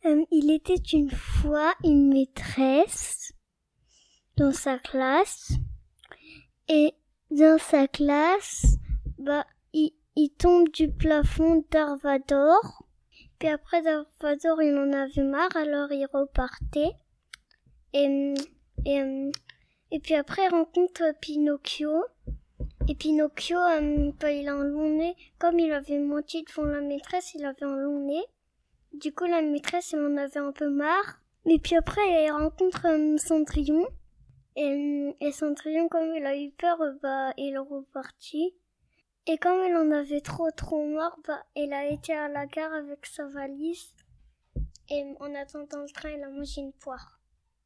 Il était une fois une maîtresse dans sa classe. Et dans sa classe, il tombe du plafond Darvador. Puis après Darvador, il en avait marre, alors il repartait. Et puis après, il rencontre Pinocchio. Et Pinocchio, il a un long nez. Comme il avait menti devant la maîtresse, il avait un long nez. Du coup, la maîtresse, elle en avait un peu marre. Et puis après, elle rencontre Cendrillon. Et Cendrillon, comme il a eu peur, il est reparti. Et comme il en avait trop marre, il a été à la gare avec sa valise. Et en attendant le train, il a mangé une poire.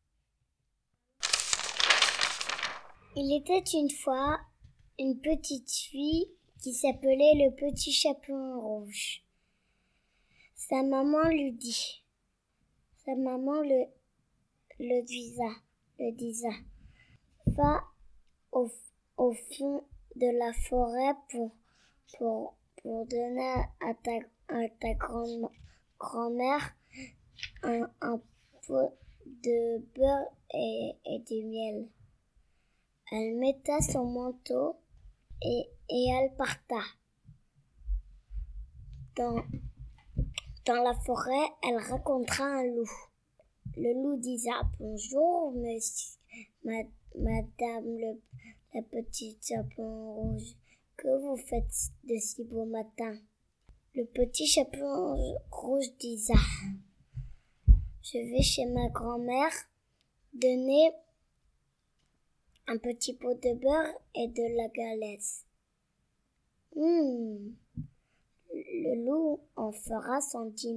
Il était une fois une petite fille qui s'appelait le petit chaperon rouge. Sa maman lui dit. Sa maman le disait. Va au fond de la forêt pour donner à ta grand-mère un pot de beurre et du miel. Elle metta son manteau et elle parta. Dans la forêt, elle rencontra un loup. Le loup disait « Bonjour, monsieur, madame la petite chaperon rouge, que vous faites de si beau matin ?» Le petit chaperon rouge disait « Je vais chez ma grand-mère donner un petit pot de beurre et de la galette. Le loup en fera son dîner. »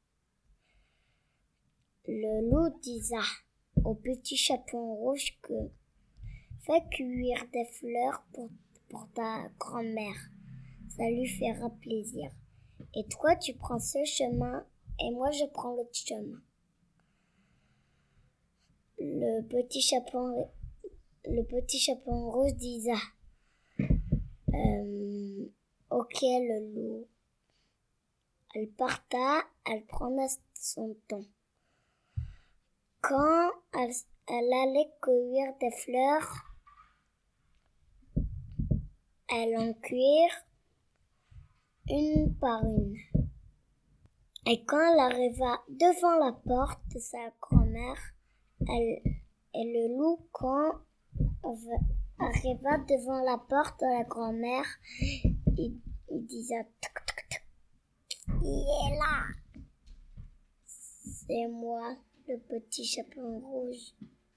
Le loup disait au petit chaperon rouge que fais cuire des fleurs pour ta grand-mère. Ça lui fera plaisir. Et toi, tu prends ce chemin et moi, je prends l'autre chemin. Le petit chaperon rouge disait ok, le loup. Elle parta, elle prenait son temps. Quand elle allait cueillir des fleurs, elle en cueillit une par une. Et quand elle arriva devant la porte de sa grand-mère, et le loup, quand arriva devant la porte de la grand-mère, il disait toc, toc, toc. Il est là. C'est moi, le petit chaperon rouge.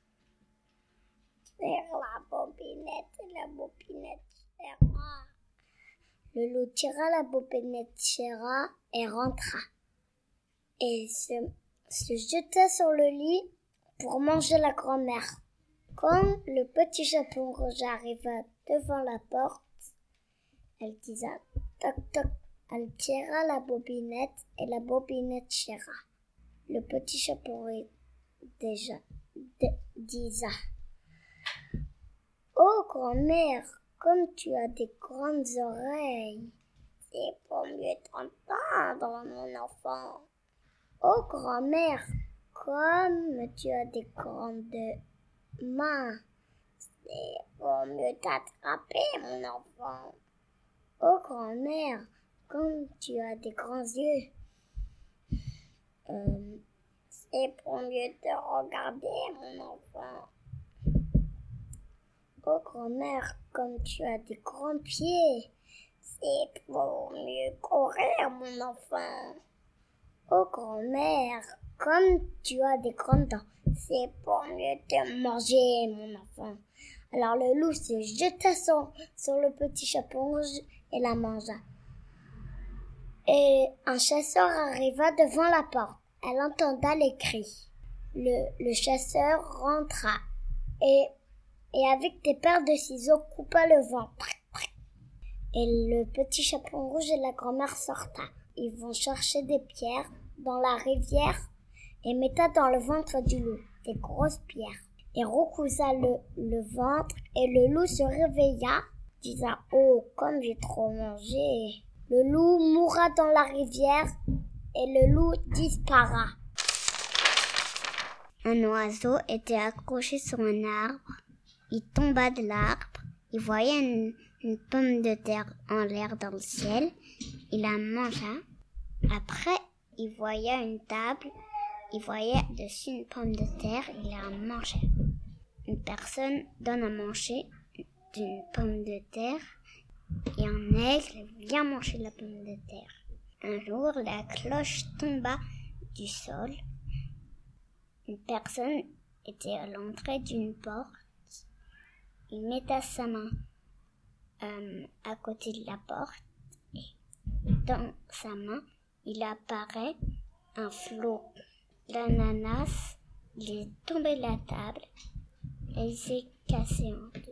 Serre la bobinette, serra. Le loup tira la bobinette, serra et rentra. Et se jeta sur le lit pour manger la grand-mère. Quand le petit chaperon rouge arriva devant la porte, elle disait toc toc. Elle tira la bobinette et la bobinette serra. Le petit chaperon disait oh grand-mère, comme tu as des grandes oreilles, c'est pour mieux t'entendre, mon enfant. Oh grand-mère, comme tu as des grandes mains, c'est pour mieux t'attraper, mon enfant. Oh grand-mère, comme tu as des grands yeux, c'est pour mieux te regarder, mon enfant. Oh grand-mère, comme tu as des grands pieds, c'est pour mieux courir, mon enfant. Oh grand-mère, comme tu as des grandes dents, c'est pour mieux te manger, mon enfant. Alors le loup se jeta sur le petit chaperon rouge et la mangea. Et un chasseur arriva devant la porte. Elle entenda les cris. Le chasseur rentra et avec des paires de ciseaux coupa le ventre. Et le petit chaperon rouge et la grand-mère sortaient. Ils vont chercher des pierres dans la rivière et mettaient dans le ventre du loup des grosses pierres. Et recousa le ventre et le loup se réveilla, disant « Oh, comme j'ai trop mangé !» Le loup mourra dans la rivière et le loup disparaît. Un oiseau était accroché sur un arbre. Il tomba de l'arbre. Il voyait une pomme de terre en l'air dans le ciel. Il la mangea. Après, il voyait une table. Il voyait dessus une pomme de terre. Il la mangeait. Une personne donne à manger d'une pomme de terre et un aigle vient manger la pomme de terre. Un jour, la cloche tomba du sol. Une personne était à l'entrée d'une porte. Il mettait sa main à côté de la porte et dans sa main, il apparaît un flot. L'ananas, il est tombé de la table et il s'est cassé en deux.